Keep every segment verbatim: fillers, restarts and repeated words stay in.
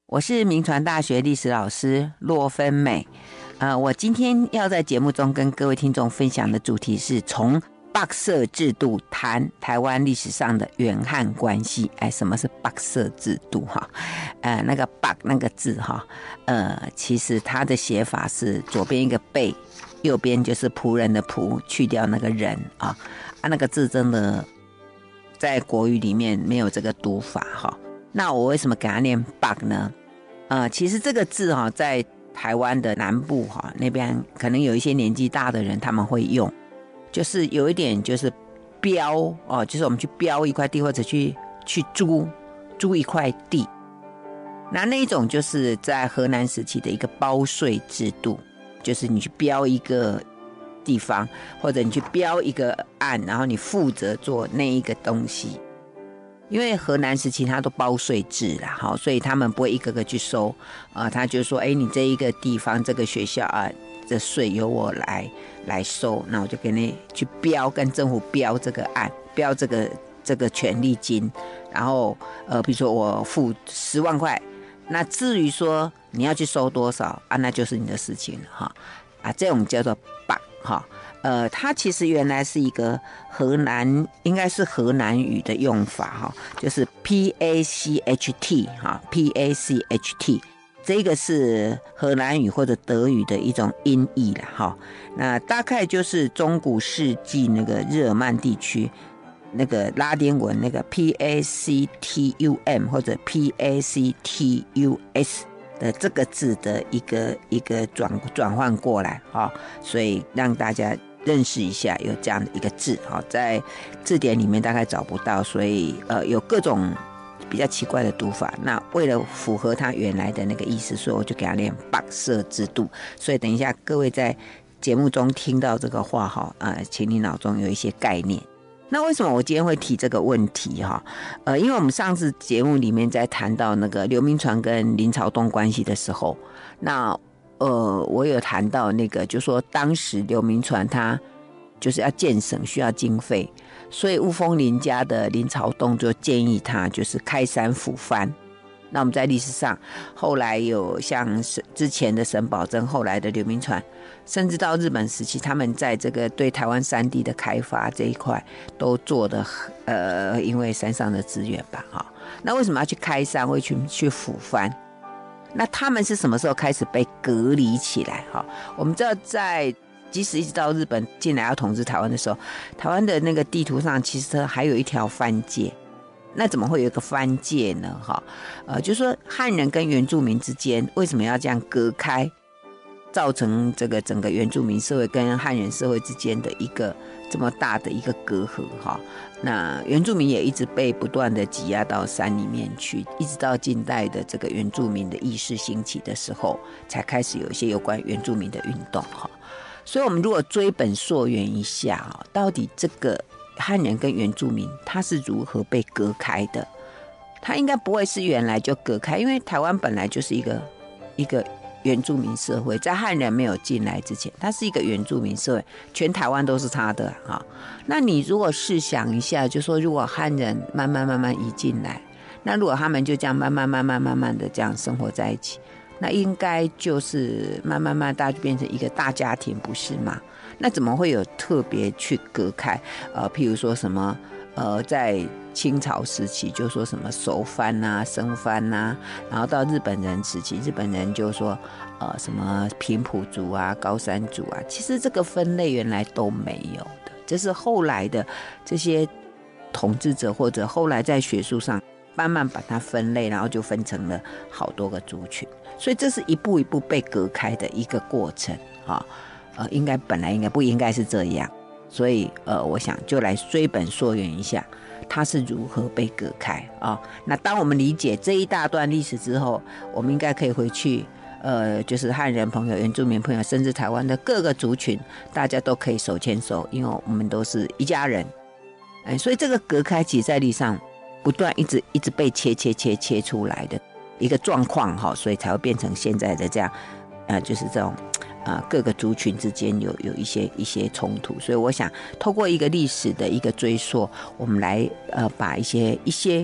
我是铭传大学历史老师骆芬美。呃，我今天要在节目中跟各位听众分享的主题是从bắc色制度谈台湾历史上的原汉关系。哎，什么是bắc色制度哈？呃，那个bắc那个字哈，呃，其实它的写法是左边一个贝，右边就是仆人的仆，去掉那个人啊。啊，那个字真的在国语里面没有这个读法哈。那我为什么给它念bắc呢？呃，其实这个字哈，在台湾的南部哈那边，可能有一些年纪大的人他们会用，就是有一点就是标哦，就是我们去标一块地或者去去租租一块地。那那一种就是在河南时期的一个包税制度，就是你去标一个地方，或者你去标一个案，然后你负责做那一个东西。因为河南时期他都包税制啦，好，所以他们不会一个个去收啊、呃，他就说，哎，你这一个地方这个学校啊，这税由我来来收，那我就给你去标，跟政府标这个案，标这个这个权利金，然后呃，比如说我付十万块，那至于说你要去收多少啊，那就是你的事情了哈，啊，这种叫做bắc哈。呃，它其实原来是一个河南，应该是河南语的用法哈，就是 P A C H T 哈 ，P A C H T 这个是荷兰语或者德语的一种音译啦哈。那大概就是中古世纪那个日耳曼地区那个拉丁文那个 P A C T U M 或者 P A C T U S。的这个字的一个一个转转换过来哈，所以让大家认识一下有这样的一个字哈，在字典里面大概找不到，所以呃有各种比较奇怪的读法。那为了符合它原来的那个意思，所以我就给它念bắc色制度。所以等一下各位在节目中听到这个话哈，呃，请你脑中有一些概念。那为什么我今天会提这个问题哈？呃，因为我们上次节目里面在谈到那个刘铭传跟林朝栋关系的时候，那呃，我有谈到那个，就说当时刘铭传他就是要建省需要经费，所以雾峰林家的林朝栋就建议他就是开山抚番。那我们在历史上后来有像之前的沈葆桢，后来的刘铭传，甚至到日本时期，他们在这个对台湾山地的开发这一块都做的呃，因为山上的资源吧哈。那为什么要去开山，会去去抚番？那他们是什么时候开始被隔离起来哈？我们知道在即使一直到日本进来要统治台湾的时候，台湾的那个地图上其实还有一条番界。那怎么会有一个番界呢？哈，呃，就是说汉人跟原住民之间为什么要这样隔开，造成这个整个原住民社会跟汉人社会之间的一个这么大的一个隔阂哈？那原住民也一直被不断的挤压到山里面去，一直到近代的这个原住民的意识兴起的时候，才开始有一些有关原住民的运动哈。所以，我们如果追本溯源一下哈，到底这个汉人跟原住民他是如何被隔开的？他应该不会是原来就隔开，因为台湾本来就是一个一个原住民社会，在汉人没有进来之前，它是一个原住民社会，全台湾都是他的哈。那你如果试想一下，就说如果汉人慢慢慢慢移进来，那如果他们就这样慢慢慢慢慢慢的这样生活在一起，那应该就是慢慢慢大家就变成一个大家庭，不是吗？那怎么会有特别去隔开？呃，譬如说什么呃，在清朝时期就说什么熟番啊、生番啊，然后到日本人时期，日本人就说呃什么平埔族啊、高山族啊，其实这个分类原来都没有的，这是后来的这些统治者或者后来在学术上慢慢把它分类，然后就分成了好多个族群，所以这是一步一步被隔开的一个过程啊。呃，应该本来应该不应该是这样，所以呃，我想就来追本溯源一下，它是如何被隔开啊？那当我们理解这一大段历史之后，我们应该可以回去，呃，就是汉人朋友、原住民朋友，甚至台湾的各个族群，大家都可以手牵手，因为我们都是一家人。哎，所以这个隔开，其实在历史上不断一直一直被切切切切出来的一个状况哈，所以才会变成现在的这样，呃，就是这种。呃，各个族群之间有有一些一些冲突，所以我想透过一个历史的一个追溯，我们来呃把一些一些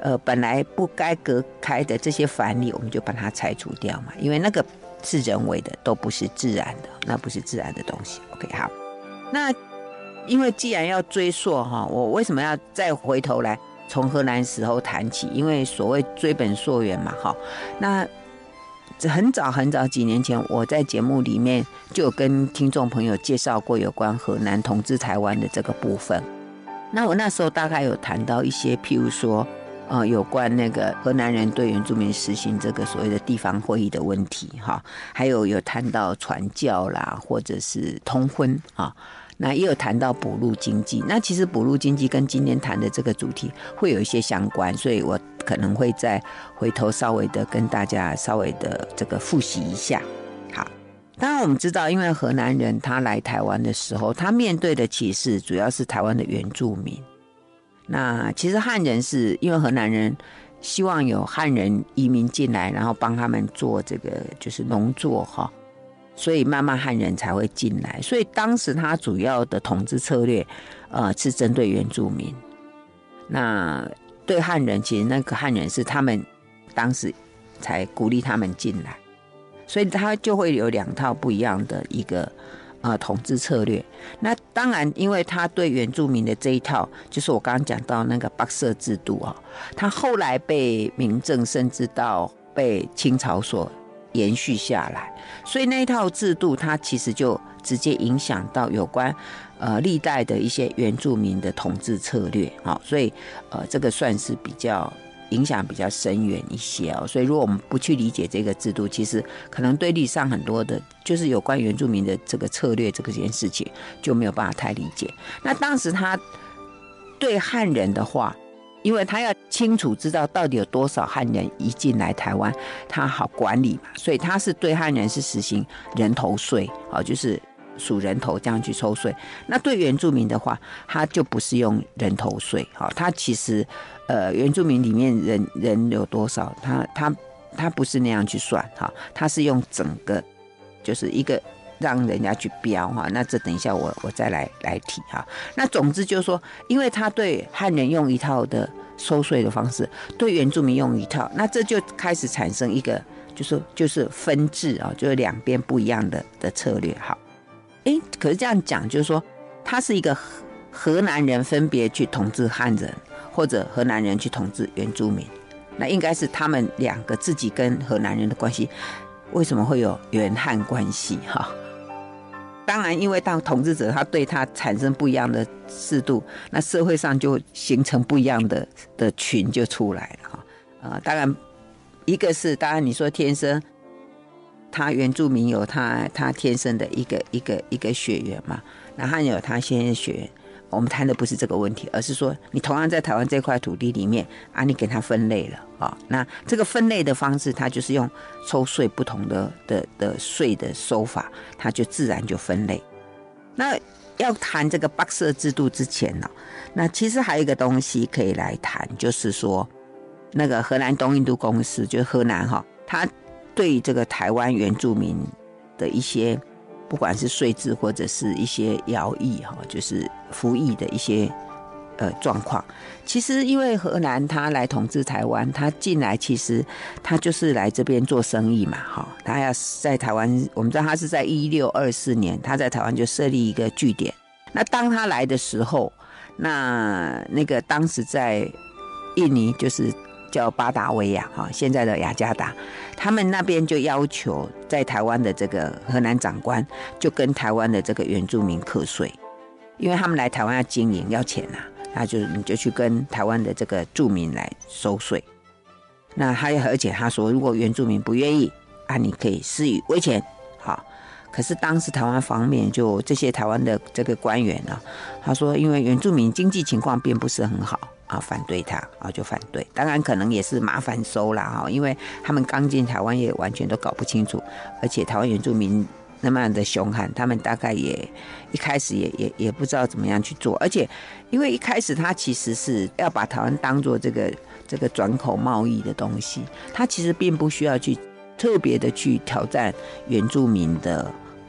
呃本来不该隔开的这些藩篱，我们就把它拆除掉嘛，因为那个是人为的，都不是自然的，那不是自然的东西。OK， 好，那因为既然要追溯哈，我为什么要再回头来从荷兰时候谈起？因为所谓追本溯源嘛，哈，那很早很早几年前，我在节目里面就有跟听众朋友介绍过有关荷兰统治台湾的这个部分。那我那时候大概有谈到一些，譬如说，呃，有关那个荷兰人对原住民实行这个所谓的地方会议的问题，哈，还有有谈到传教啦，或者是通婚啊。那也有谈到捕鹿经济，那其实捕鹿经济跟今天谈的这个主题会有一些相关，所以我可能会再回头稍微的跟大家稍微的这个复习一下。好，当然我们知道，因为荷兰人他来台湾的时候，他面对的歧视主要是台湾的原住民。那其实汉人是因为荷兰人希望有汉人移民进来，然后帮他们做这个就是农作哈。所以慢慢汉人才会进来，所以当时他主要的统治策略，呃，是针对原住民。那对汉人，其实那个汉人是他们当时才鼓励他们进来，所以他就会有两套不一样的一个呃统治策略。那当然，因为他对原住民的这一套，就是我刚刚讲到那个bắc舍制度啊，他后来被明郑甚至到被清朝所延续下来，所以那一套制度它其实就直接影响到有关呃历代的一些原住民的统治策略，好，所以呃这个算是比较影响比较深远一些哦。所以如果我们不去理解这个制度，其实可能对历史上很多的就是有关原住民的这个策略这个件事情就没有办法太理解。那当时他对汉人的话，因为他要清楚知道到底有多少汉人移进来台湾，他好管理嘛，所以他是对汉人是实行人头税，就是数人头这样去抽税。那对原住民的话，他就不是用人头税，他其实呃原住民里面人人有多少，他他他不是那样去算，他是用整个就是一个让人家去标哈，那这等一下我我再来来提哈。那总之就是说，因为他对汉人用一套的收税的方式，对原住民用一套，那这就开始产生一个就是就是分治啊，就是两边不一样的的策略。好，哎，可是这样讲就是说，他是一个荷兰人分别去统治汉人，或者荷兰人去统治原住民，那应该是他们两个自己跟荷兰人的关系，为什么会有原汉关系哈？当然，因为当统治者他对他产生不一样的制度，那社会上就形成不一样的的群就出来了哈。呃，当然，一个是当然你说天生，他原住民有他他天生的一个一个一个血缘嘛，那汉有他先天血缘。我们谈的不是这个问题，而是说你同样在台湾这块土地里面啊，你给它分类了啊、哦，那这个分类的方式，它就是用抽税不同的的的税的收法，它就自然就分类。那要谈这个bắc舍制度之前呢，那其实还有一个东西可以来谈，就是说那个荷兰东印度公司，就是荷兰哈，它对这个台湾原住民的一些。不管是税制或者是一些徭役哈，就是服役的一些呃状况，其实因为荷兰他来统治台湾，他进来其实他就是来这边做生意嘛，哈，他要在台湾，我们知道他是在一六二四年，他在台湾就设立一个据点。那当他来的时候，那那个当时在印尼就是叫巴达维亚哈，现在的雅加达，他们那边就要求在台湾的这个荷兰长官就跟台湾的这个原住民课税，因为他们来台湾要经营要钱啊，那就你就去跟台湾的这个住民来收税。那还有而且他说，如果原住民不愿意啊，你可以施以威权，好。可是当时台湾方面就这些台湾的这个官员啊，他说因为原住民经济情况并不是很好啊，反对他啊，就反对。当然可能也是麻烦收啦哈，因为他们刚进台湾也完全都搞不清楚，而且台湾原住民那么样的凶悍，他们大概也一开始也也也不知道怎么样去做，而且因为一开始他其实是要把台湾当作这个这个转口贸易的东西，他其实并不需要去特别的去挑战原住民的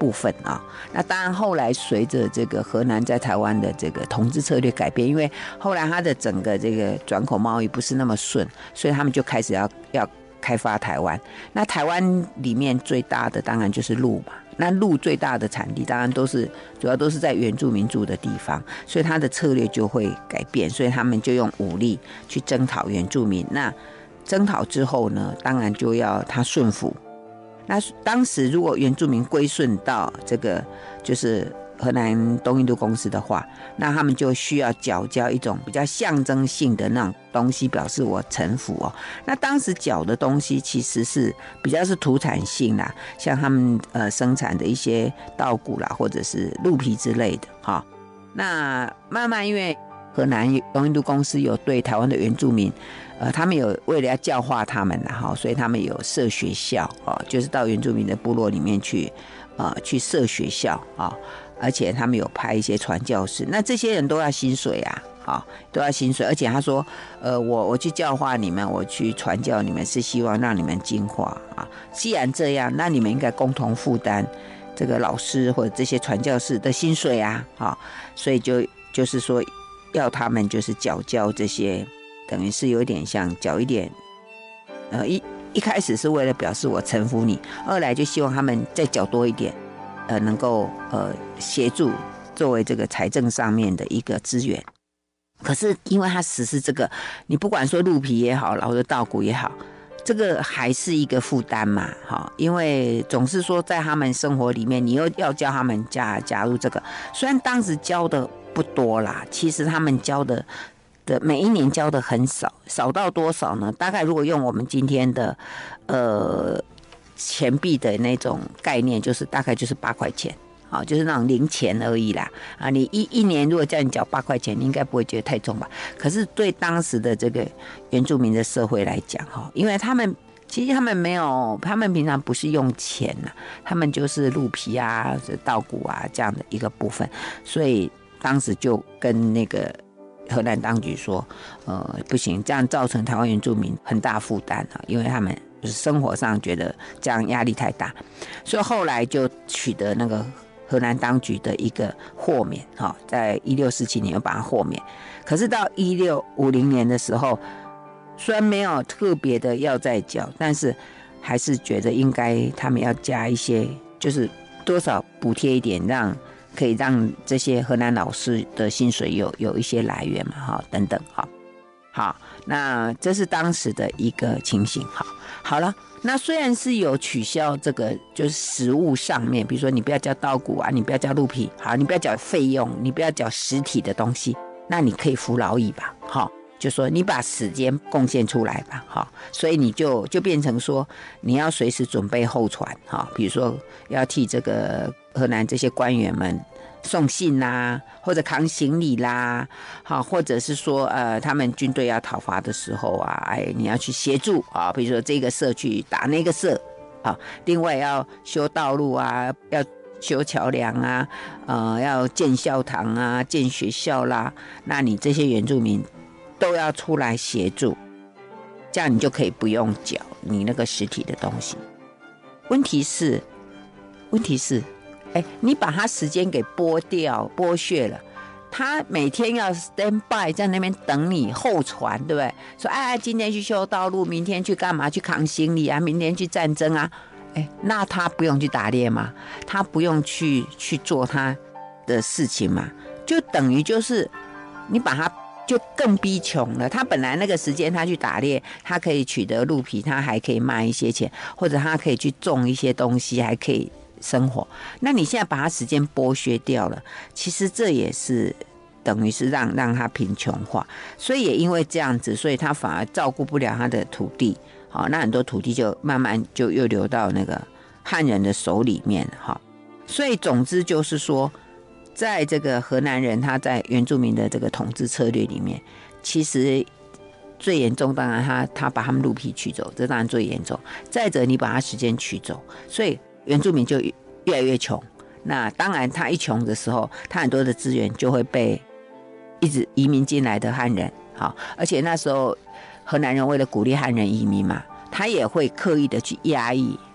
部分啊。那当然后来随着这个荷兰在台湾的这个统治策略改变，因为后来它的整个这个转口贸易不是那么顺，所以他们就开始要要开发台湾。那台湾里面最大的当然就是鹿嘛，那鹿最大的产地当然都是主要都是在原住民住的地方，所以它的策略就会改变，所以他们就用武力去征讨原住民。那征讨之后呢，当然就要他顺服。那当时如果原住民归顺到这个就是荷兰东印度公司的话，那他们就需要缴交一种比较象征性的那种东西，表示我臣服哦。那当时缴的东西其实是比较是土产性啦，像他们呃生产的一些稻谷啦，或者是鹿皮之类的哈、哦。那慢慢因为荷兰东印度公司有对台湾的原住民，呃，他们有为了要教化他们啦哈，所以他们有设学校哦，就是到原住民的部落里面去，呃，去设学校啊、哦，而且他们有派一些传教士，那这些人都要薪水啊，啊、哦，都要薪水，而且他说，呃，我我去教化你们，我去传教你们，是希望让你们进化啊。既然这样，那你们应该共同负担这个老师或者这些传教士的薪水啊，啊、哦，所以就就是说。要他们就是缴交这些，等于是有点像缴一点，呃一一开始是为了表示我臣服你，二来就希望他们再缴多一点，呃能够呃协助作为这个财政上面的一个资源。可是因为他实施这个，你不管说鹿皮也好，或者稻谷也好，这个还是一个负担嘛，哈，因为总是说在他们生活里面，你又要教他们加加入这个，虽然当时教的不多啦，其实他们教的的每一年教的很少，少到多少呢？大概如果用我们今天的呃钱币的那种概念，就是大概就是八块钱。啊，就是那种零钱而已啦。啊，你一一年如果叫你缴八块钱，你应该不会觉得太重吧？可是对当时的这个原住民的社会来讲，哈，因为他们其实他们没有，他们平常不是用钱呐，他们就是鹿皮啊、稻谷啊这样的一个部分，所以当时就跟那个荷兰当局说，呃，不行，这样造成台湾原住民很大负担啊，因为他们就是生活上觉得这样压力太大，所以后来就取得那个。荷兰当局的一个豁免，在一六四七年又把它豁免。可是到一六五零年的时候，虽然没有特别的要再缴，但是还是觉得应该他们要加一些，就是多少补贴一点，让可以让这些荷兰老师的薪水有有一些来源嘛，哈，等等，哈，好，那这是当时的一个情形，好，好了。那虽然是有取消这个，就是实物上面，比如说你不要交稻谷啊，你不要交鹿皮，好，你不要缴费用，你不要缴实体的东西，那你可以服劳役吧，好，就说你把时间贡献出来吧，好，所以你就就变成说你要随时准备候传，好，比如说要替这个荷兰这些官员们。送信啦，或者扛行李啦，好，或者是说，呃，他们军队要讨伐的时候啊，哎，你要去协助啊，比如说这个社去打那个社，啊，另外要修道路啊，要修桥梁啊，呃，要建校堂啊，建学校啦，那你这些原住民都要出来协助，这样你就可以不用缴你那个实体的东西。问题是，问题是。哎，你把他时间给剥掉、剥削了，他每天要 stand by 在那边等你候传，对不对？说哎，今天去修道路，明天去干嘛？去扛行李啊，明天去战争啊。哎，那他不用去打猎吗？他不用去去做他的事情吗？就等于就是你把他就更逼穷了。他本来那个时间他去打猎，他可以取得鹿皮，他还可以卖一些钱，或者他可以去种一些东西，还可以。生活，那你现在把他时间剥削掉了，其实这也是等于是让让他贫穷化，所以也因为这样子，所以他反而照顾不了他的土地，好，那很多土地就慢慢就又流到那个汉人的手里面，哈，所以总之就是说，在这个荷兰人他在原住民的这个统治策略里面，其实最严重，当然他他把他们鹿皮取走，这当然最严重，再者你把他时间取走，所以。原住民就越来越穷，那当然他一穷的时候，他很多的资源就会被一直移民进来的汉人，好，而且那时候荷兰人为了鼓励汉人移民嘛，他也会刻意的去压抑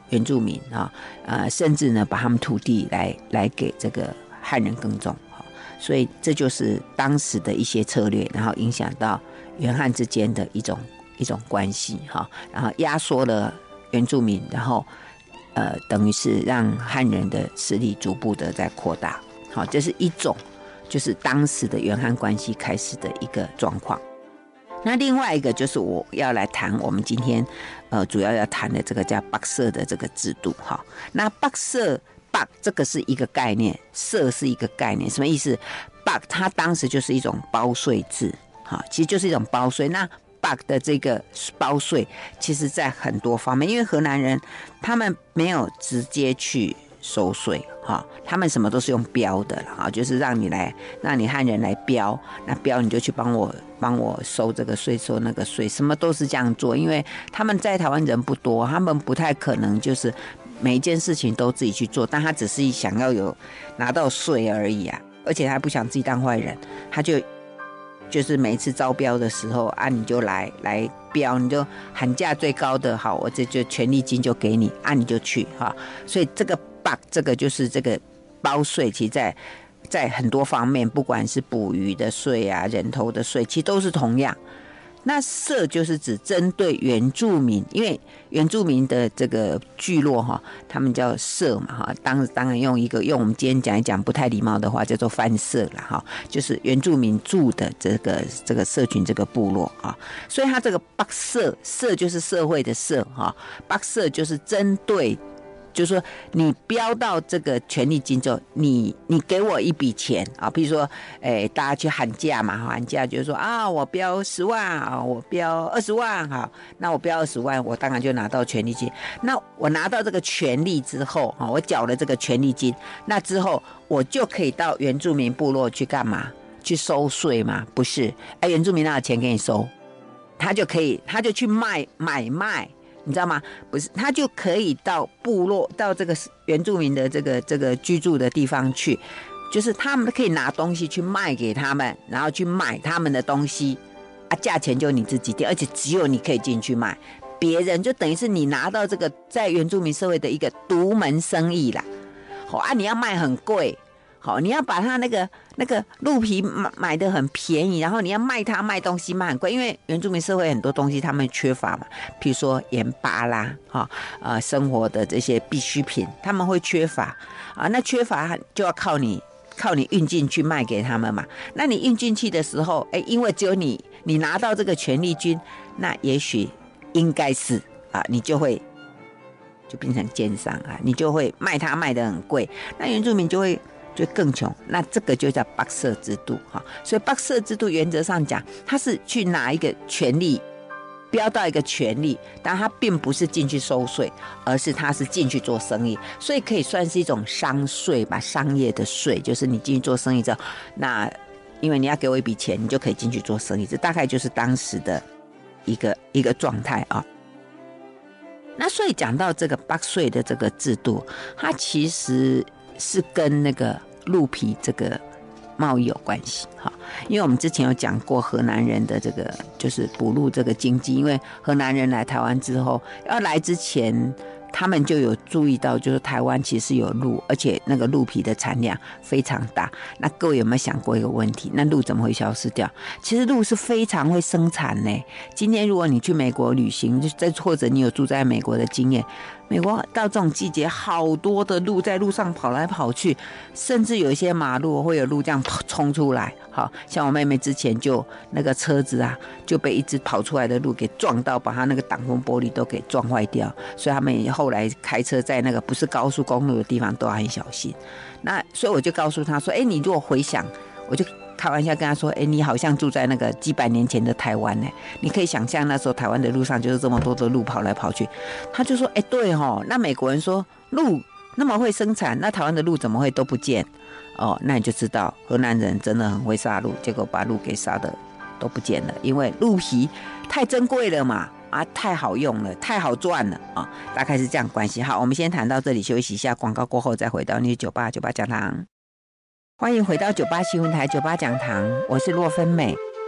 原住民啊，呃，甚至呢把他们土地来来给这个汉人耕种，所以这就是当时的一些策略，然后影响到原汉之间的一种一种关系哈，然后压缩了原住民，然后呃等于是让汉人的势力逐步的在扩大，好，这是一种就是当时的原汉关系开始的一个状况。那另外一个就是我要来谈我们今天呃主要要谈的这个叫北社的这个制度哈。那北社北这个是一个概念，社是一个概念，什么意思？北它当时就是一种包税制哈，其实就是一种包税。那北的这个包税，其实在很多方面，因为荷兰人他们没有直接去收税哈，他们什么都是用标的啦，就是让你来，让你汉人来标，那标你就去帮我帮我收这个税，收那个税，什么都是这样做。因为他们在台湾人不多，他们不太可能就是每一件事情都自己去做，但他只是想要有拿到税而已啊，而且他不想自己当坏人，他就就是每一次招标的时候啊，你就来来标，你就喊价最高的，好，我这就权利金就给你啊，你就去哈。所以这个这个就是这个包税，其实在在很多方面，不管是捕鱼的税啊、人头的税，其实都是同样。那社就是指针对原住民，因为原住民的这个聚落哈，他们叫社嘛哈，当当然用一个用我们今天讲一讲不太礼貌的话，叫做番社啦哈，就是原住民住的这个这个社群这个部落啊，所以他这个北社社就是社会的社哈，北社就是针对。就是说，你标到这个权利金之后，你你给我一笔钱啊，比如说，哎，大家去喊价嘛，喊价就是说啊，我标十万啊，我标二十万哈，那我标二十万，我当然就拿到权利金。那我拿到这个权利之后啊，我缴了这个权利金，那之后我就可以到原住民部落去干嘛？去收税吗？不是，哎，原住民哪有钱给你收？他就可以，他就去卖买卖。你知道吗？不是，他就可以到部落，到这个原住民的这个这个居住的地方去，就是他们可以拿东西去卖给他们，然后去买他们的东西啊，价钱就你自己定，而且只有你可以进去卖，别人就等于是你拿到这个在原住民社会的一个独门生意啦。好啊，你要卖很贵。好，你要把它那个那个鹿皮买买的很便宜，然后你要卖它卖东西卖很贵，因为原住民社会很多东西他们缺乏嘛，譬如说盐巴啦，哈、呃，生活的这些必需品他们会缺乏啊，那缺乏就要靠你靠你运进去卖给他们嘛。那你运进去的时候，哎，因为只有你你拿到这个权利金，那也许应该是啊，你就会就变成奸商啊，你就会卖它卖得很贵，那原住民就会。就更穷，那这个就叫北社制度哈。所以北社制度原则上讲，它是去拿一个权利，标到一个权利，但它并不是进去收税，而是它是进去做生意，所以可以算是一种商税吧，商业的税，就是你进去做生意之后，那因为你要给我一笔钱，你就可以进去做生意，这大概就是当时的一个一个状态啊。那所以讲到这个北税的这个制度，它其实是跟那个鹿皮这个贸易有关系哈，因为我们之前有讲过荷兰人的这个就是捕鹿这个经济，因为荷兰人来台湾之后，要来之前他们就有注意到，就是台湾其实有鹿，而且那个鹿皮的产量非常大。那各位有没有想过一个问题？那鹿怎么会消失掉？其实鹿是非常会生产呢。今天如果你去美国旅行，或者你有住在美国的经验，美国到这种季节，好多的鹿在路上跑来跑去，甚至有一些马路会有鹿这样冲出来。好像我妹妹之前就那个车子啊，就被一只跑出来的鹿给撞到，把她那个挡风玻璃都给撞坏掉。所以他们后来开车在那个不是高速公路的地方都要很小心。那所以我就告诉她说：“哎，你如果回想，我就开玩笑跟她说，哎，你好像住在那个几百年前的台湾呢。你可以想象那时候台湾的路上就是这么多的鹿跑来跑去。”她就说：“哎，对哦，那美国人说鹿那么会生产，那台湾的鹿怎么会都不见？”哦，那你就知道荷兰人真的很会杀鹿，结果把鹿给杀的都不见了，因为鹿皮太珍贵了嘛，啊，太好用了，太好赚了啊，大概是这样关系。好，我们先谈到这里，休息一下，广告过后再回到你的酒吧，酒吧讲堂。欢迎回到九八新闻台酒吧讲堂，我是洛芬美。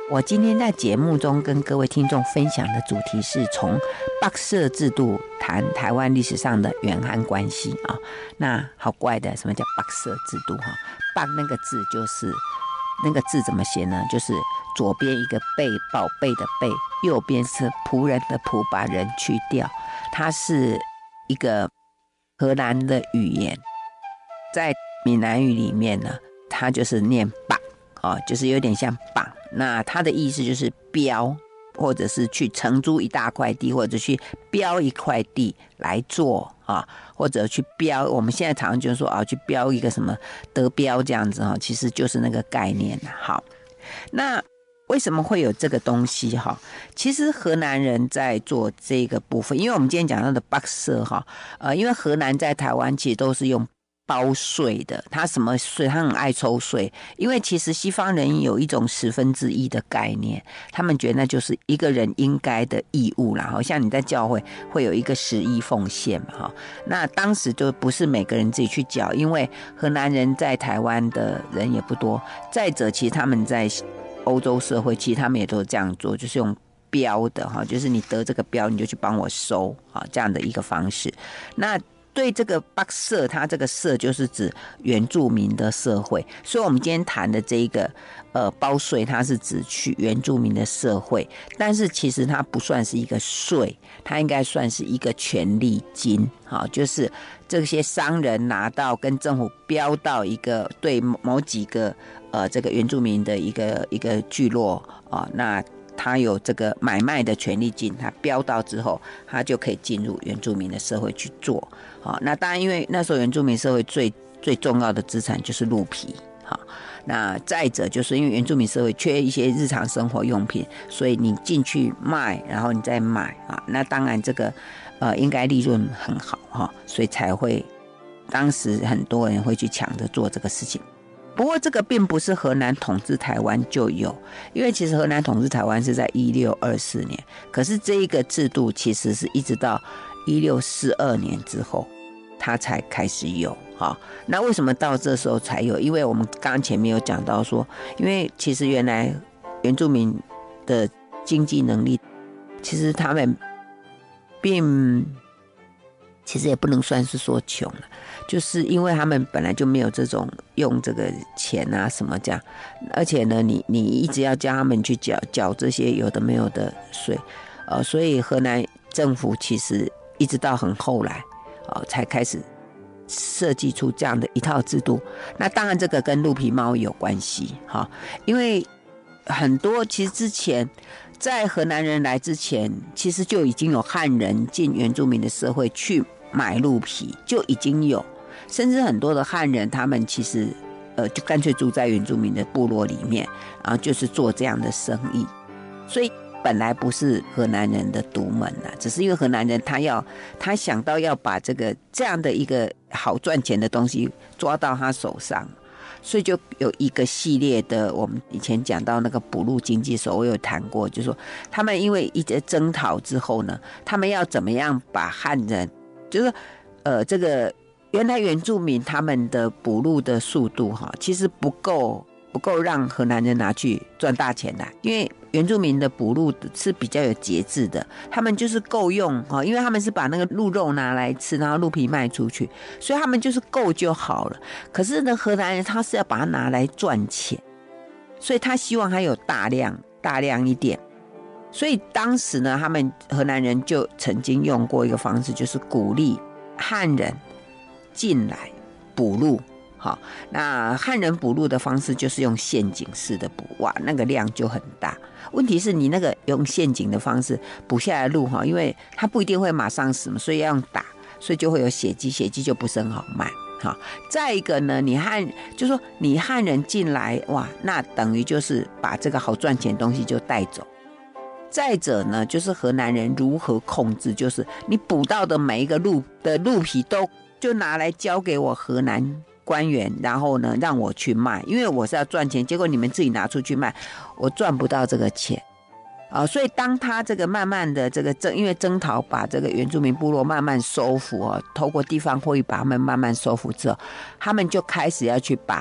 我今天在节目中跟各位听众分享的主题是从Box社制度谈台湾历史上的远韩关系啊。那好怪的，什么叫Box社制度哈？Box那个字就是那个字怎么写呢？就是左边一个贝，宝贝的贝，右边是仆人的仆，把人去掉。它是一个荷兰的语言，在闽南语里面呢，它就是念Box哦，就是有点像Box。那它的意思就是标，或者是去承租一大块地，或者去标一块地来做啊，或者去标。我们现在常常就说啊，去标一个什么得标这样子哈，其实就是那个概念。好，那为什么会有这个东西哈？其实荷兰人在做这个部分，因为我们今天讲到的Box社哈，呃，因为荷兰在台湾其实都是用包税的，他什么税？他很爱抽税，因为其实西方人有一种十分之一的概念，他们觉得那就是一个人应该的义务啦。好像你在教会会有一个十一奉献嘛，哈。那当时就不是每个人自己去缴，因为荷兰人在台湾的人也不多。再者，其实他们在欧洲社会，其实他们也都这样做，就是用标的哈，就是你得这个标，你就去帮我收啊，这样的一个方式。那对这个Box社，它这个社就是指原住民的社会，所以我们今天谈的这一个呃包税，它是指去原住民的社会，但是其实它不算是一个税，它应该算是一个权利金，好，就是这些商人拿到跟政府标到一个对某几个呃这个原住民的一个一个聚落啊，那他有这个买卖的权利金，他标到之后，他就可以进入原住民的社会去做。好，那当然，因为那时候原住民社会最最重要的资产就是鹿皮。好，那再者就是因为原住民社会缺一些日常生活用品，所以你进去卖，然后你再买啊，那当然这个呃应该利润很好哈，所以才会当时很多人会去抢着做这个事情。不过这个并不是荷兰统治台湾就有，因为其实荷兰统治台湾是在一六二四年，可是这一个制度其实是一直到一六四二年之后它才开始有。好，那为什么到这时候才有？因为我们刚刚前面有讲到说，因为其实原来原住民的经济能力，其实他们并其实也不能算是说穷了，就是因为他们本来就没有这种用这个钱啊什么这样，而且呢，你你一直要叫他们去缴缴这些有的没有的税，呃，所以荷兰政府其实一直到很后来，呃，才开始设计出这样的一套制度。那当然这个跟鹿皮贸易有关系，哈，因为很多其实之前。在荷兰人来之前，其实就已经有汉人进原住民的社会去买鹿皮，就已经有，甚至很多的汉人他们其实呃就干脆住在原住民的部落里面，然后就是做这样的生意。所以本来不是荷兰人的独门啊，只是因为荷兰人他要他想到要把这个这样的一个好赚钱的东西抓到他手上。所以就有一个系列的，我们以前讲到那个捕鹿经济的时候，我有谈过，就是说他们因为一直征讨之后呢，他们要怎么样把汉人，就是呃这个原来原住民他们的捕鹿的速度哈，其实不够不够让荷兰人拿去赚大钱的，因为原住民的捕鹿是比较有节制的，他们就是够用，因为他们是把那个鹿肉拿来吃，然后鹿皮卖出去，所以他们就是够就好了。可是呢，荷兰人他是要把它拿来赚钱，所以他希望它有大量大量一点。所以当时呢，他们荷兰人就曾经用过一个方式，就是鼓励汉人进来捕鹿。好，那汉人捕鹿的方式就是用陷阱式的捕，哇，那个量就很大。问题是你那个用陷阱的方式捕下来的鹿哈，因为它不一定会马上死嘛，所以要用打，所以就会有血迹，血迹就不是很好卖。好，再一个呢，你汉就说你汉人进来，哇，那等于就是把这个好赚钱的东西就带走。再者呢，就是荷兰人如何控制，就是你捕到的每一个鹿的鹿皮都就拿来交给我荷兰官员，然后呢让我去卖，因为我是要赚钱，结果你们自己拿出去卖，我赚不到这个钱啊、呃。所以当他这个慢慢的这个征，因为征讨把这个原住民部落慢慢收服哦，透过地方会议把他们慢慢收服之后，他们就开始要去把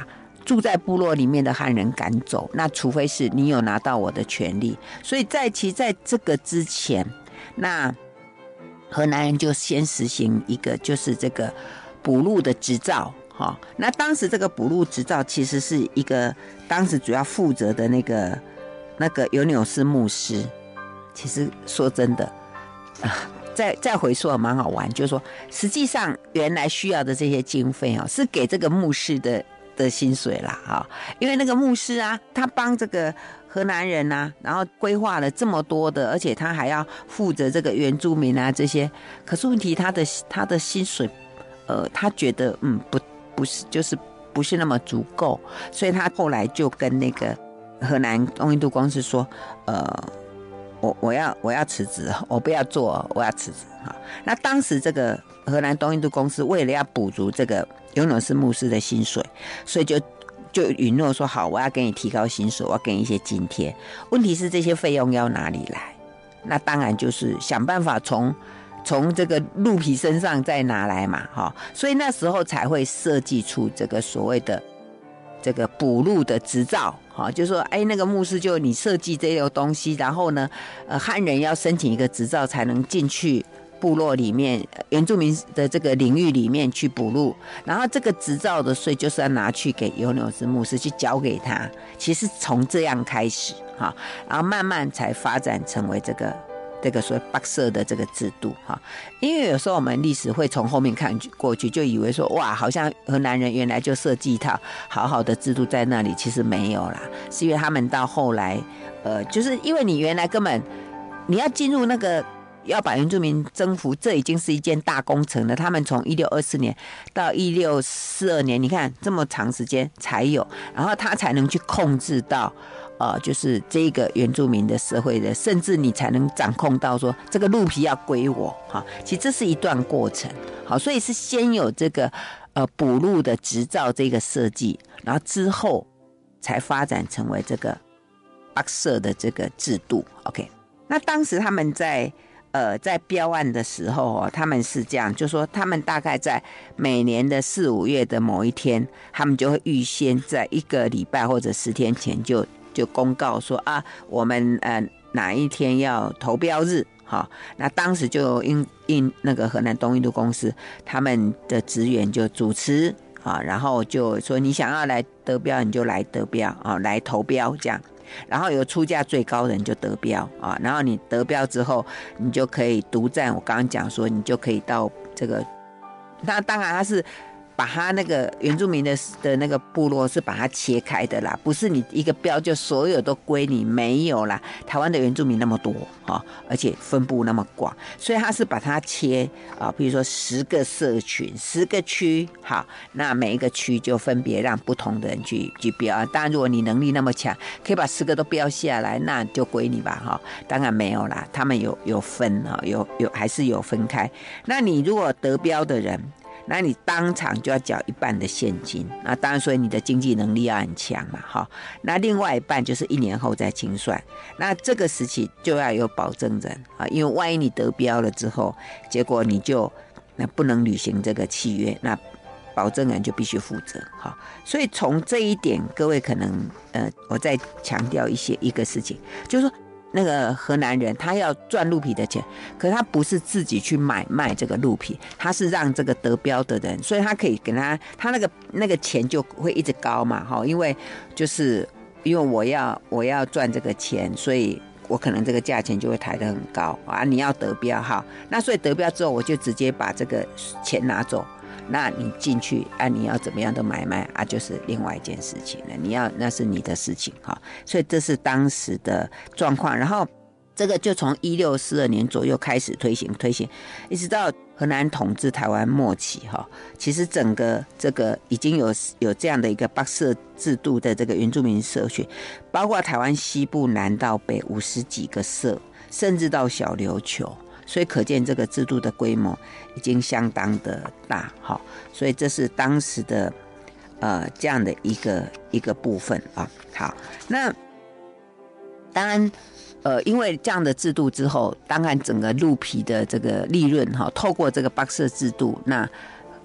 住在部落里面的汉人赶走，那除非是你有拿到我的权利。所以在其实在这个之前，那河南人就先实行一个就是这个捕鹿的执照。哦、那当时这个捕鹿执照其实是一个当时主要负责的那个那个尤纽斯牧师。其实说真的，呃、再再回溯蛮好玩，就是说实际上原来需要的这些经费哦，是给这个牧师的的薪水啦，哈、哦，因为那个牧师啊，他帮这个河南人啊，然后规划了这么多的，而且他还要负责这个原住民啊这些，可是问题他的他的薪水，呃，他觉得嗯不。不是，就是不是那么足够，所以他后来就跟那个河南东印度公司说，呃，我我要我要辞职，我不要做，我要辞职哈。那当时这个河南东印度公司为了要补足这个尤纽斯牧师的薪水，所以就就允诺说好，我要给你提高薪水，我要给你一些津贴。问题是这些费用要哪里来？那当然就是想办法从。从这个鹿皮身上再拿来嘛，哈，所以那时候才会设计出这个所谓的这个捕鹿的执照，哈，就是说，哎，那个牧师就你设计这些东西，然后呢，呃，汉人要申请一个执照才能进去部落里面原住民的这个领域里面去捕鹿，然后这个执照的税就是要拿去给尤纽斯牧师去交给他，其实从这样开始，哈，然后慢慢才发展成为这个。这个所谓巴社的这个制度哈，因为有时候我们历史会从后面看过去，就以为说哇，好像河南人原来就设计一套好好的制度在那里，其实没有啦，是因为他们到后来，呃，就是因为你原来根本你要进入那个要把原住民征服，这已经是一件大工程了。他们从一六二四年到一六四二年，你看这么长时间才有，然后他才能去控制到。呃，就是这个原住民的社会的，甚至你才能掌控到说这个鹿皮要归我哈。其实这是一段过程，好，所以是先有这个呃捕鹿的执照这个设计，然后之后才发展成为这个巴社的这个制度。OK， 那当时他们在呃在标案的时候哦，他们是这样，就说他们大概在每年的四五月的某一天，他们就会预先在一个礼拜或者十天前就。就公告说啊，我们呃哪一天要投标日，好，那当时就因因那个河南东印度公司他们的职员就主持啊，然后就说你想要来得标你就来得标啊，来投标这样，然后有出价最高的人就得标啊，然后你得标之后，你就可以独占。我刚刚讲说，你就可以到这个，那当然他是。把他那个原住民的的那个部落是把它切开的啦，不是你一个标就所有都归你，没有啦。台湾的原住民那么多哈，而且分布那么广，所以他是把它切啊，比如说十个社群、十个区，好，那每一个区就分别让不同的人去去标啊。当然，如果你能力那么强，可以把十个都标下来，那就归你吧哈。当然没有啦，他们有有分哈，有有还是有分开。那你如果得标的人。那你当场就要缴一半的现金，那当然，所以你的经济能力要很强嘛，哈。那另外一半就是一年后再清算，那这个时期就要有保证人啊，因为万一你得标了之后，结果你就那不能履行这个契约，那保证人就必须负责，哈。所以从这一点，各位可能呃，我再强调一些一个事情，就是说。那个河南人他要赚鹿皮的钱，可是他不是自己去买卖这个鹿皮，他是让这个得标的人，所以他可以给他他那个那个钱就会一直高嘛，哈，因为就是因为我要我要赚这个钱，所以我可能这个价钱就会抬得很高啊。你要得标哈，那所以得标之后，我就直接把这个钱拿走。那你进去啊，你要怎么样的买卖啊，就是另外一件事情了。你要那是你的事情哈，所以这是当时的状况。然后这个就从一六四二年左右开始推行，推行一直到荷兰统治台湾末期哈。其实整个这个已经有有这样的一个巴社制度的这个原住民社群，包括台湾西部南到北五十几个社，甚至到小琉球。所以可见这个制度的规模已经相当的大，好，所以这是当时的呃这样的一个一个部分啊。好，那当然呃因为这样的制度之后，当然整个鹿皮的这个利润哈，透过这个巴社制度，那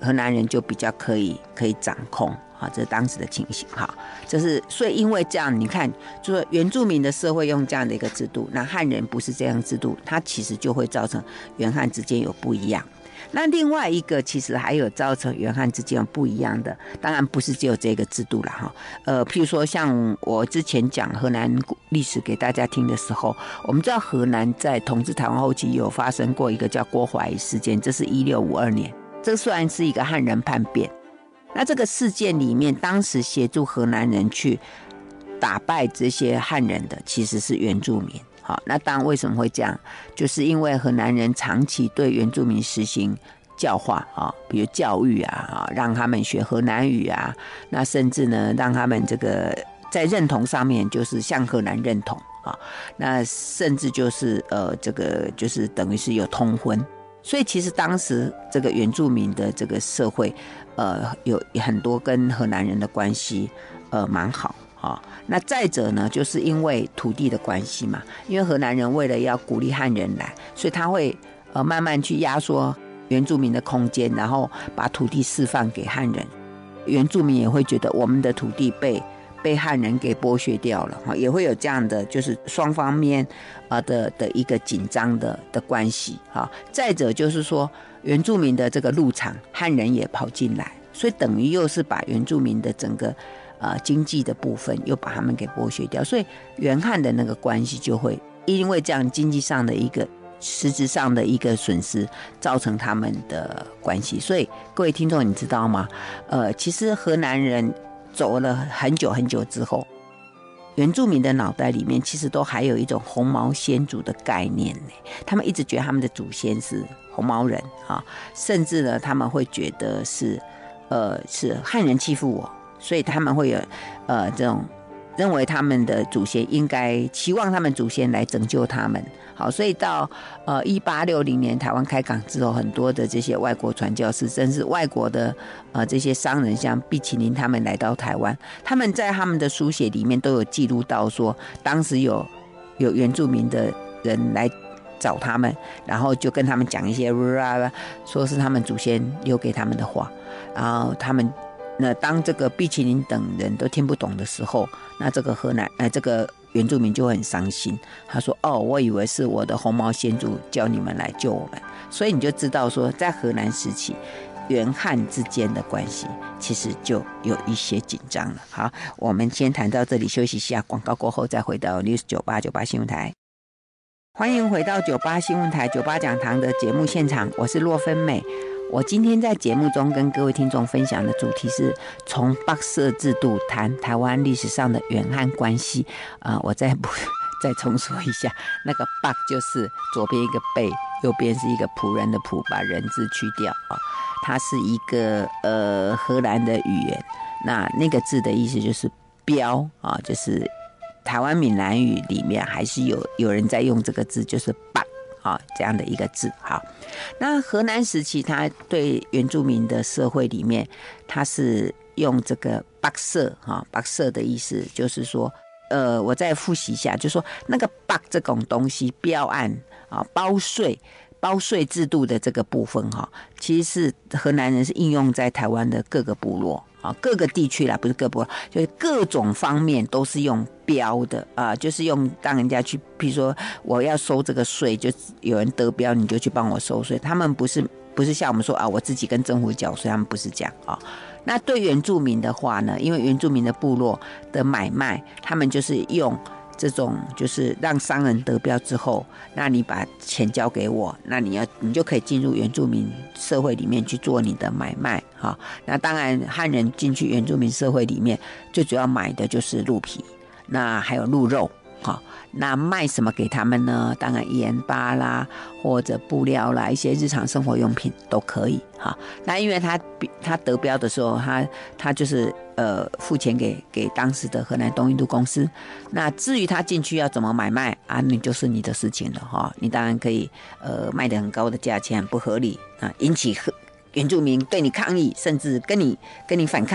河南人就比较可以可以掌控啊，这是当时的情形哈。这是所以因为这样，你看，就是原住民的社会用这样的一个制度，那汉人不是这样制度，它其实就会造成原汉之间有不一样。那另外一个其实还有造成原汉之间有不一样的，当然不是只有这个制度啦哈。呃，譬如说像我之前讲河南历史给大家听的时候，我们知道河南在统治台湾后期有发生过一个叫郭淮事件，这是一六五二年，这虽然是一个汉人叛变，那这个事件里面，当时协助河南人去打败这些汉人的其实是原住民。好，那当然为什么会这样？就是因为河南人长期对原住民实行教化啊，比如教育啊，让他们学河南语啊，那甚至呢，让他们这个在认同上面就是向河南认同啊，那甚至就是呃，这个就是等于是有通婚。所以其实当时这个原住民的这个社会，呃，有很多跟河南人的关系，呃，蛮好。哦、那再者呢，就是因为土地的关系嘛，因为河南人为了要鼓励汉人来，所以他会呃慢慢去压缩原住民的空间，然后把土地释放给汉人。原住民也会觉得我们的土地被被汉人给剥削掉了，也会有这样的就是双方面啊的的一个紧张的的关系哈。再者就是说，原住民的这个入场，汉人也跑进来，所以等于又是把原住民的整个。呃，经济的部分又把他们给剥削掉，所以原汉的那个关系就会因为这样经济上的一个实质上的一个损失，造成他们的关系。所以各位听众，你知道吗？呃，其实河南人走了很久很久之后，原住民的脑袋里面其实都还有一种红毛先祖的概念呢。他们一直觉得他们的祖先是红毛人啊，甚至呢，他们会觉得是呃是汉人欺负我。所以他们会有呃这种认为他们的祖先应该期望他们祖先来拯救他们。好，所以到呃一八六零年台湾开港之后，很多的这些外国传教士，甚至外国的呃这些商人，像毕奇林他们来到台湾，他们在他们的书写里面都有记录到说，当时有有原住民的人来找他们，然后就跟他们讲一些说是他们祖先留给他们的话，然后他们。那当这个毕奇林等人都听不懂的时候，那这个河南呃这个原住民就很伤心。他说：“哦，我以为是我的红毛先祖叫你们来救我们。”所以你就知道说，在河南时期，原汉之间的关系其实就有一些紧张了。好，我们先谈到这里，休息一下，广告过后再回到 News 九八九八新闻台。欢迎回到九八新闻台九八讲堂的节目现场，我是洛芬美。我今天在节目中跟各位听众分享的主题是从bắc社制度谈台湾历史上的原汉关系。呃、我再不再重说一下，那个bắc就是左边一个贝，右边是一个仆人的仆，把人字去掉啊。它是一个呃荷兰的语言，那那个字的意思就是标啊，就是台湾闽南语里面还是有有人在用这个字，就是bắc。啊，这样的一个字。好，那河南时期，他对原住民的社会里面，他是用这个bắc社哈，bắc社的意思就是说，呃，我再复习一下，就是说那个bắc这种东西，标案啊，包税。包税制度的这个部分哈，其实是河南人是应用在台湾的各个部落啊，各个地区啦，不是各部落，就是各种方面都是用标的啊，就是用让人家去，譬如说我要收这个税，就有人得标，你就去帮我收税。他们不是不是像我们说啊，我自己跟政府缴税，他们不是这样啊。那对原住民的话呢，因为原住民的部落的买卖，他们就是用。这种就是让商人得标之后，那你把钱交给我，那你要你就可以进入原住民社会里面去做你的买卖哈。那当然汉人进去原住民社会里面，最主要买的就是鹿皮，那还有鹿肉哈。那卖什么给他们呢？当然盐巴啦，或者布料啦，一些日常生活用品都可以哈。那因为他他得标的时候，他他就是呃付钱给给当时的河南东印度公司。那至于他进去要怎么买卖啊，那就是你的事情了哈。你当然可以呃卖得很高的价钱，很不合理啊，引起原住民对你抗议，甚至跟你跟你反抗。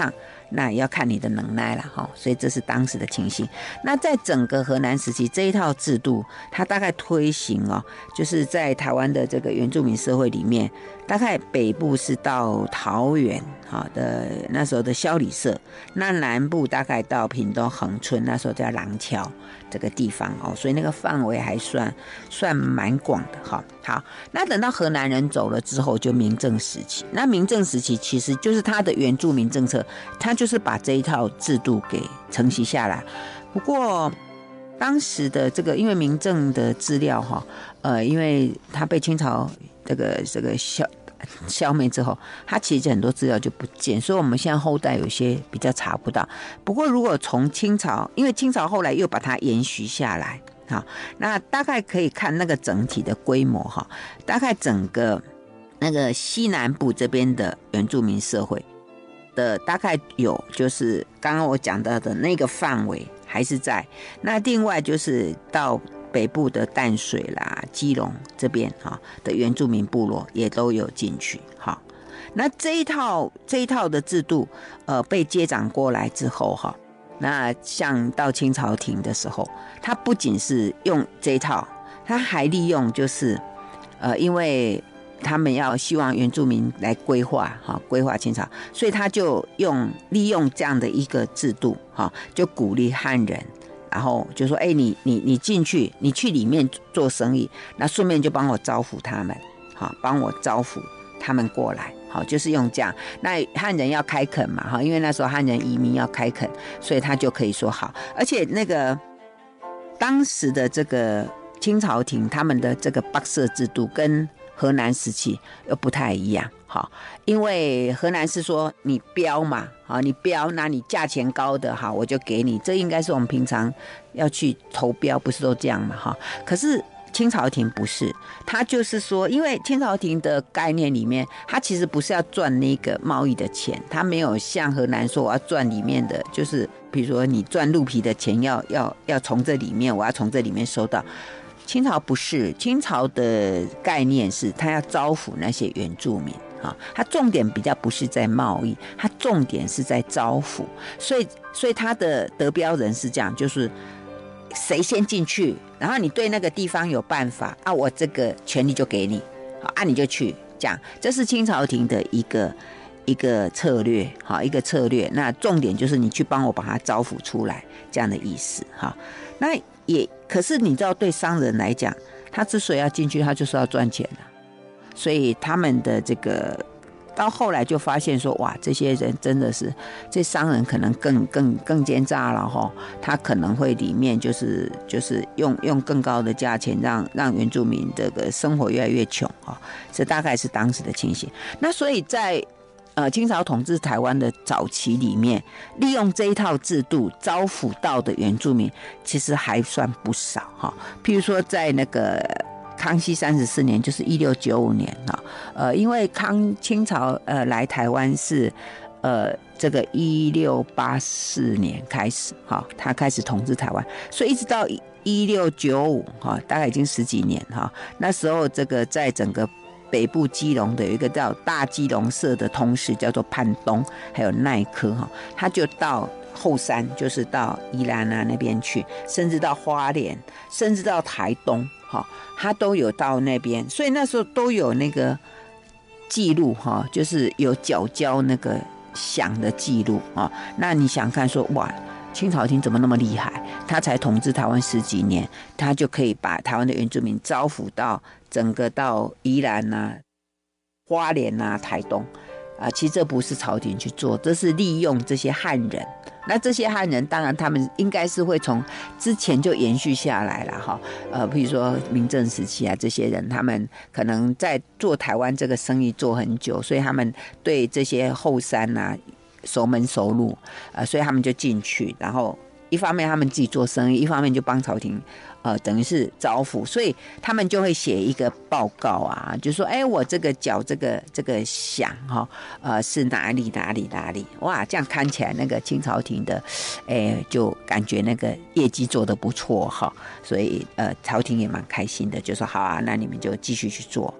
那也要看你的能耐了哈。所以这是当时的情形。那在整个河南时期这一套制度，它大概推行哦，就是在台湾的这个原住民社会里面，大概北部是到桃园哈的那时候的萧里社，那南部大概到屏东恒春，那时候叫廊桥这个地方哦，所以那个范围还算算蛮广的哈。好，那等到河南人走了之后，就明郑时期。那明郑时期其实就是他的原住民政策，他就是把这一套制度给承袭下来。不过当时的这个，因为明郑的资料哈，呃，因为他被清朝这个这个消消灭之后，他其实很多资料就不见，所以我们现在后代有些比较查不到。不过如果从清朝，因为清朝后来又把它延续下来，好，那大概可以看那个整体的规模哈，大概整个那个西南部这边的原住民社会的大概有，就是刚刚我讲到的那个范围还是在。那另外就是到北部的淡水啦、基隆这边哈的原住民部落也都有进去。好，那这一套这一套的制度，呃，被接掌过来之后哈，那像到清朝廷的时候，他不仅是用这一套，他还利用就是，呃，因为他们要希望原住民来规划哈，规划清朝，所以他就用利用这样的一个制度哈，就鼓励汉人。然后就说，哎、欸，你你你进去，你去里面做生意，那顺便就帮我招呼他们，好，帮我招呼他们过来，好，就是用这样。那汉人要开垦嘛，哈，因为那时候汉人移民要开垦，所以他就可以说好。而且那个当时的这个清朝廷，他们的这个bắc社制度跟河南时期又不太一样，好，因为河南是说你标嘛，好，你标，那你价钱高的，好，我就给你，这应该是我们平常要去投标，不是都这样嘛，哈。可是清朝廷不是，他就是说，因为清朝廷的概念里面，他其实不是要赚那个贸易的钱，他没有像河南说我要赚里面的，就是比如说你赚鹿皮的钱要要要从这里面，我要从这里面收到。清朝不是，清朝的概念是他要招抚那些原住民啊，他重点比较不是在贸易，他重点是在招抚，所以所以他的得标人是这样，就是谁先进去，然后你对那个地方有办法啊，我这个权利就给你，好啊，你就去，这样，这是清朝廷的一个一个策略，好，一个策略。那重点就是你去帮我把它招抚出来，这样的意思，好，那。也可是你知道，对商人来讲，他之所以要进去，他就是要赚钱的，所以他们的这个到后来就发现说，哇，这些人真的是，这商人可能更更更奸诈了哈，他可能会里面就是就是用用更高的价钱让让原住民这个生活越来越穷哈，这大概是当时的情形。那所以在呃，清朝统治台湾的早期里面，利用这一套制度招抚到的原住民，其实还算不少哈。譬如说，在那个康熙三十四年，就是一六九五年哈，呃，因为康清朝呃来台湾是呃这个一六八四年开始哈，他开始统治台湾，所以一直到一六九五哈，大概已经十几年哈。那时候这个在整个北部基隆的有一个叫大基隆社的通事，叫做潘东，还有奈科哈，他就到后山，就是到宜兰啊那边去，甚至到花莲，甚至到台东哈，他都有到那边，所以那时候都有那个记录哈，就是有缴交那个饷的记录啊。那你想看说哇，清朝廷怎么那么厉害？他才统治台湾十几年，他就可以把台湾的原住民招抚到整个到宜兰啊、花莲啊、台东啊。其实这不是朝廷去做，这是利用这些汉人。那这些汉人，当然他们应该是会从之前就延续下来了哈。呃，比如说明郑时期啊，这些人他们可能在做台湾这个生意做很久，所以他们对这些后山啊熟门熟路，呃，所以他们就进去，然后一方面他们自己做生意，一方面就帮朝廷，呃，等于是招抚，所以他们就会写一个报告啊，就说，哎，我这个缴这个这个饷哈，呃，是哪里哪里哪里，哇，这样看起来那个清朝廷的，哎，就感觉那个业绩做得不错哈，所以呃，朝廷也蛮开心的，就说好啊，那你们就继续去做。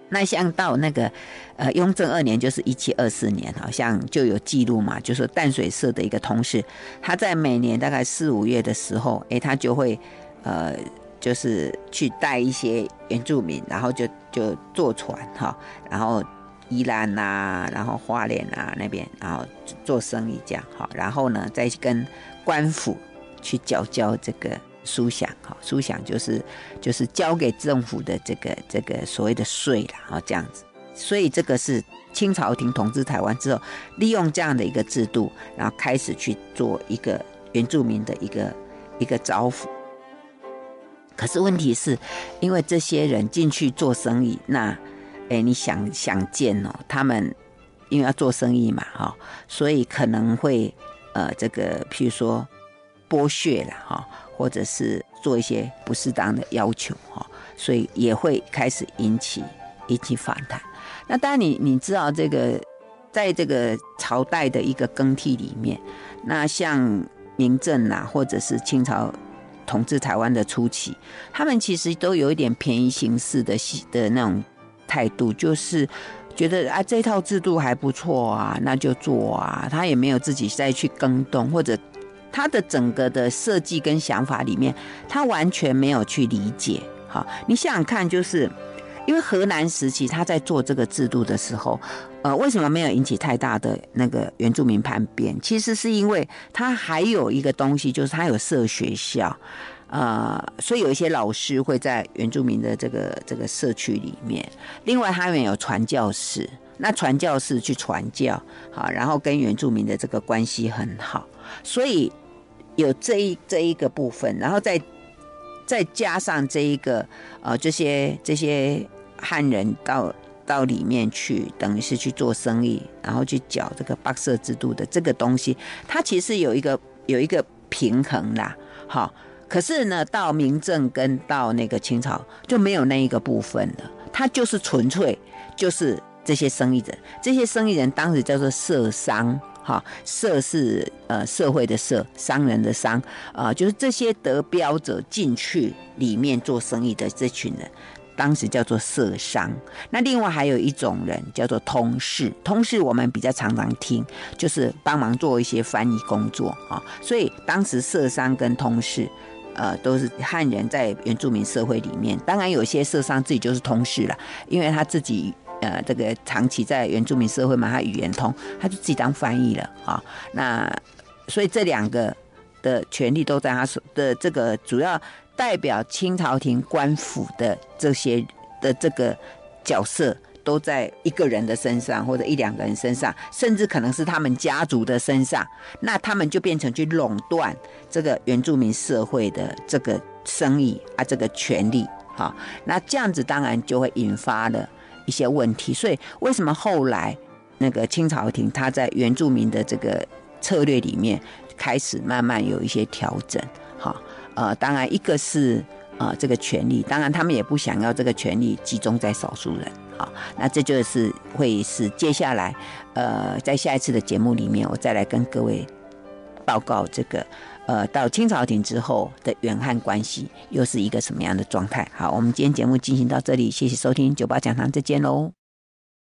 那像到那个呃雍正二年，就是一七二四年，好像就有记录嘛，就是淡水社的一个同事，他在每年大概四五月的时候，哎，他就会呃就是去带一些原住民，然后就就坐船哈，然后宜兰啊，然后花莲啊那边，然后做生意这样哈，然后呢再跟官府去缴交这个书饷，哈，书饷就是就是交给政府的这个这个所谓的税啦，哈，这样子。所以这个是清朝廷统治台湾之后，利用这样的一个制度，然后开始去做一个原住民的一个一个招抚。可是问题是，因为这些人进去做生意，那，哎，你想想见哦，他们因为要做生意嘛，哈、哦，所以可能会呃，这个譬如说剥削啦，哈、哦，或者是做一些不适当的要求，哈、哦，所以也会开始引起引起反弹。那当然你，你你知道这个，在这个朝代的一个更替里面，那像明郑啊，或者是清朝统治台湾的初期，他们其实都有一点便宜行事的的那种态度，就是觉得啊这套制度还不错啊，那就做啊，他也没有自己再去更动，或者他的整个的设计跟想法里面，他完全没有去理解。好，你想想看，就是因为荷兰时期他在做这个制度的时候，呃，为什么没有引起太大的那个原住民叛变？其实是因为他还有一个东西，就是他有设学校，呃，所以有一些老师会在原住民的这个这个社区里面。另外，他们有传教士，那传教士去传教，好，然后跟原住民的这个关系很好，所以有这一这一个部分，然后再再加上这一个呃这些这些汉人到到里面去，等于是去做生意，然后去缴这个bắc社制度的这个东西，它其实有一个有一个平衡啦，好，可是呢，到明郑跟到那个清朝就没有那一个部分了，它就是纯粹就是这些生意人，这些生意人当时叫做社商。哈，社是呃社会的社，商人的商，啊、呃，就是这些得标者进去里面做生意的这群人，当时叫做社商。那另外还有一种人叫做通事，通事我们比较常常听，就是帮忙做一些翻译工作啊、哦。所以当时社商跟通事，呃，都是汉人在原住民社会里面。当然有些社商自己就是通事了，因为他自己。呃，这个长期在原住民社会嘛，他语言通，他就自己当翻译了啊、哦。那所以这两个的权利都在他手的这个主要代表清朝廷官府的这些的这个角色，都在一个人的身上或者一两个人身上，甚至可能是他们家族的身上。那他们就变成去垄断这个原住民社会的这个生意啊，这个权利啊、哦。那这样子当然就会引发了一些问题，所以为什么后来那个清朝廷他在原住民的这个策略里面开始慢慢有一些调整？哈，呃，当然一个是呃这个权利，当然他们也不想要这个权利集中在少数人。好，那这就是会是接下来呃在下一次的节目里面，我再来跟各位报告这个。呃，到清朝廷之后的原汉关系又是一个什么样的状态？好，我们今天节目进行到这里，谢谢收听九八讲堂，再见喽。